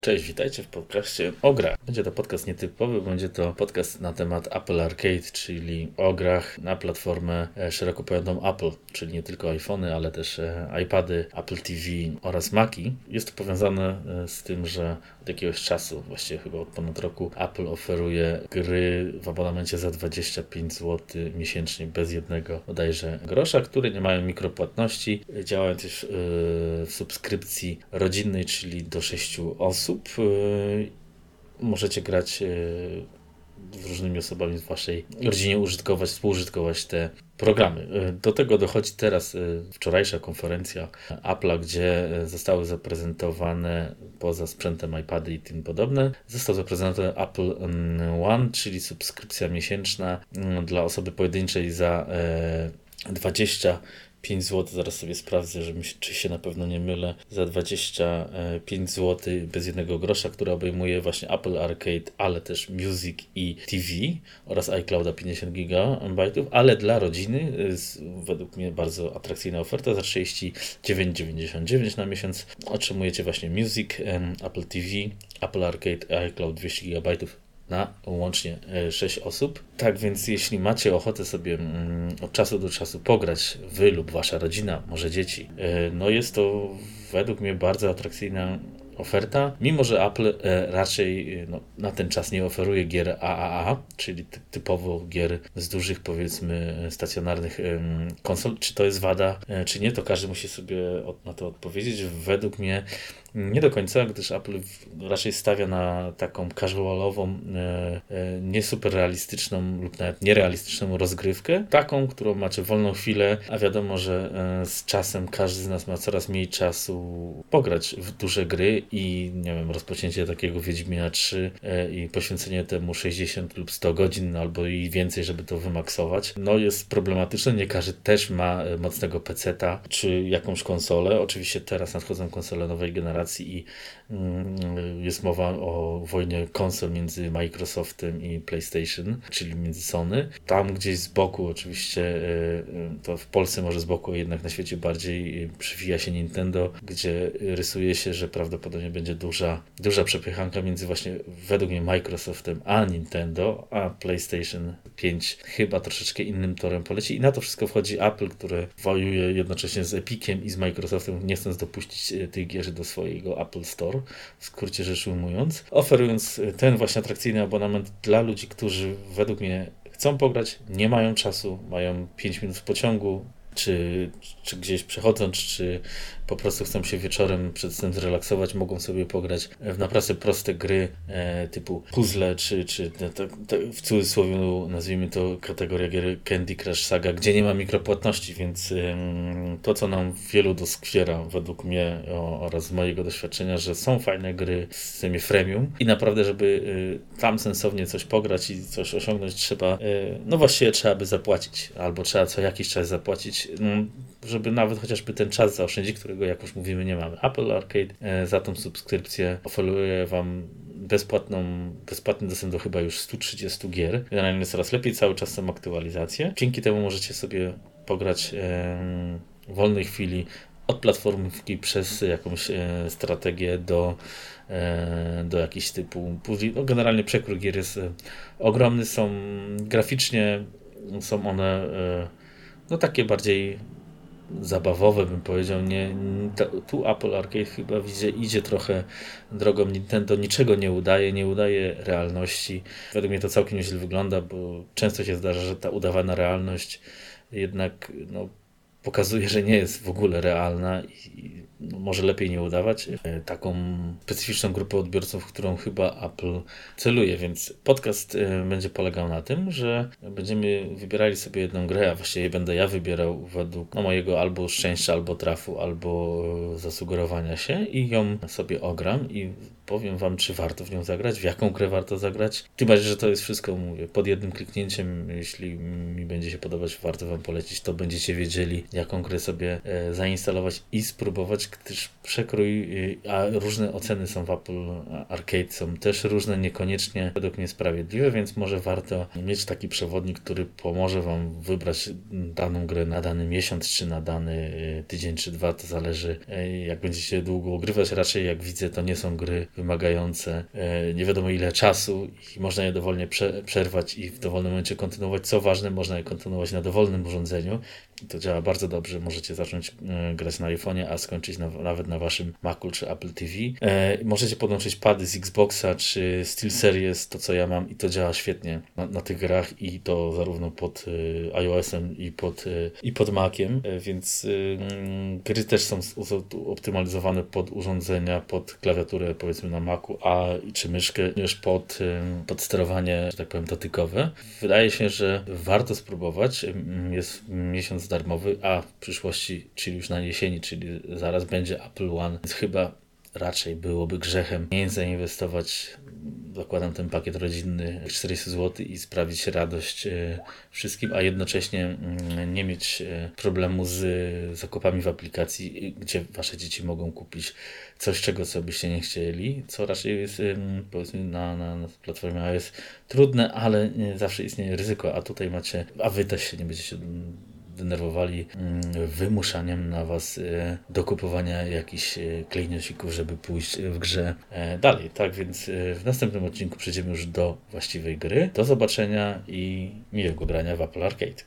Cześć, witajcie w podcaście o grach. Będzie to podcast nietypowy, będzie to podcast na temat Apple Arcade, czyli o grach na platformę szeroko pojętą Apple, czyli nie tylko iPhony, ale też iPady, Apple TV oraz Maci. Jest to powiązane z tym, że od jakiegoś czasu, właściwie chyba od ponad roku, Apple oferuje gry w abonamencie za 25 zł miesięcznie, bez jednego bodajże grosza, które nie mają mikropłatności. Działają też w subskrypcji rodzinnej, czyli do 6 osób. Możecie grać z różnymi osobami w waszej rodzinie, współużytkować te programy. Do tego dochodzi teraz wczorajsza konferencja Apple'a, gdzie zostały zaprezentowane poza sprzętem iPady i tym podobne. Został zaprezentowany Apple One, czyli subskrypcja miesięczna dla osoby pojedynczej za 25 zł, zaraz sobie sprawdzę, czy się na pewno nie mylę, za 25 zł bez jednego grosza, która obejmuje właśnie Apple Arcade, ale też Music i TV oraz iClouda 50 GB, ale dla rodziny według mnie bardzo atrakcyjna oferta. Za 39,99 na miesiąc otrzymujecie właśnie Music, Apple TV, Apple Arcade, iCloud 200 GB na łącznie 6 osób. Tak więc jeśli macie ochotę sobie od czasu do czasu pograć, wy lub wasza rodzina, może dzieci, no jest to według mnie bardzo atrakcyjna oferta, mimo że Apple raczej na ten czas nie oferuje gier AAA, czyli typowo gier z dużych, powiedzmy, stacjonarnych konsol. Czy to jest wada, czy nie, to każdy musi sobie na to odpowiedzieć. Według mnie nie do końca, gdyż Apple raczej stawia na taką casualową, nie super realistyczną lub nawet nierealistyczną rozgrywkę, taką, którą macie wolną chwilę, a wiadomo, że z czasem każdy z nas ma coraz mniej czasu pograć w duże gry i nie wiem, rozpoczęcie takiego Wiedźmina 3 i poświęcenie temu 60 lub 100 godzin albo i więcej, żeby to wymaksować, no jest problematyczne. Nie każdy też ma mocnego peceta czy jakąś konsolę. Oczywiście teraz nadchodzą konsole nowej generacji i jest mowa o wojnie konsol między Microsoftem i PlayStation, czyli między Sony. Tam gdzieś z boku oczywiście, to w Polsce może z boku, jednak na świecie bardziej przywija się Nintendo, gdzie rysuje się, że prawdopodobnie będzie duża przepychanka między właśnie według mnie Microsoftem a Nintendo, a PlayStation 5 chyba troszeczkę innym torem poleci i na to wszystko wchodzi Apple, które wojuje jednocześnie z Epiciem i z Microsoftem, nie chcąc dopuścić tych gier do swojego Apple Store, w skrócie rzecz ujmując, oferując ten właśnie atrakcyjny abonament dla ludzi, którzy według mnie chcą pograć, nie mają czasu, mają 5 minut w pociągu, czy gdzieś przechodząc, czy po prostu chcą się wieczorem przed snem zrelaksować, mogą sobie pograć w naprawdę proste gry typu puzzle, czy w cudzysłowie nazwijmy to kategoria gier Candy Crush Saga, gdzie nie ma mikropłatności, więc to, co nam wielu doskwiera według mnie oraz z mojego doświadczenia, że są fajne gry w systemie freemium i naprawdę, żeby tam sensownie coś pograć i coś osiągnąć, trzeba by zapłacić, albo trzeba co jakiś czas zapłacić, żeby nawet chociażby ten czas zaoszczędzić, którego, jak już mówimy, nie mamy. Apple Arcade za tą subskrypcję oferuje Wam bezpłatny dostęp do chyba już 130 gier. Generalnie jest coraz lepiej, cały czas są aktualizacje. Dzięki temu możecie sobie pograć w wolnej chwili od platformówki przez jakąś strategię do jakichś typu puzli. No, generalnie przekrój gier jest ogromny, graficznie są one takie bardziej zabawowe, bym powiedział. Tu Apple Arcade chyba idzie trochę drogą Nintendo, niczego nie udaje realności. Według mnie to całkiem nieźle wygląda, bo często się zdarza, że ta udawana realność jednak pokazuje, że nie jest w ogóle realna i może lepiej nie udawać. Taką specyficzną grupę odbiorców, w którą chyba Apple celuje, więc podcast będzie polegał na tym, że będziemy wybierali sobie jedną grę, a właściwie będę ja wybierał według mojego albo szczęścia, albo trafu, albo zasugerowania się i ją sobie ogram i powiem Wam, czy warto w nią zagrać, w jaką grę warto zagrać. Tym bardziej, że to jest wszystko, mówię, pod jednym kliknięciem. Jeśli mi będzie się podobać, warto Wam polecić, to będziecie wiedzieli, jaką grę sobie zainstalować i spróbować, gdyż przekrój, a różne oceny są w Apple Arcade, są też różne, niekoniecznie według mnie sprawiedliwe, więc może warto mieć taki przewodnik, który pomoże Wam wybrać daną grę na dany miesiąc, czy na dany tydzień, czy dwa, to zależy, jak będziecie długo ogrywać. Raczej, jak widzę, to nie są gry wymagające nie wiadomo ile czasu i można je dowolnie przerwać i w dowolnym momencie kontynuować. Co ważne, można je kontynuować na dowolnym urządzeniu. I to działa bardzo dobrze. Możecie zacząć grać na iPhone'ie, a skończyć nawet na waszym Macu czy Apple TV. Możecie podłączyć pady z Xboxa czy SteelSeries, to co ja mam, i to działa świetnie na tych grach i to zarówno pod iOS-em i pod Maciem, więc gry też są optymalizowane pod urządzenia, pod klawiaturę powiedzmy na Macu, czy myszkę, już pod sterowanie, że tak powiem, dotykowe. Wydaje się, że warto spróbować. Jest miesiąc darmowy, a w przyszłości, czyli już na jesieni, czyli zaraz będzie Apple One, więc chyba raczej byłoby grzechem nie zainwestować. Zakładam ten pakiet rodzinny 400 zł i sprawić radość wszystkim, a jednocześnie nie mieć problemu z zakupami w aplikacji, gdzie wasze dzieci mogą kupić coś, czego co byście nie chcieli, co raczej jest powiedzmy na platformie iOS trudne, ale zawsze istnieje ryzyko, a tutaj wy też się nie będziecie denerwowali wymuszaniem na was dokupowania jakichś klejnocików, żeby pójść w grze dalej. Tak więc w następnym odcinku przejdziemy już do właściwej gry. Do zobaczenia i miłego grania w Apple Arcade.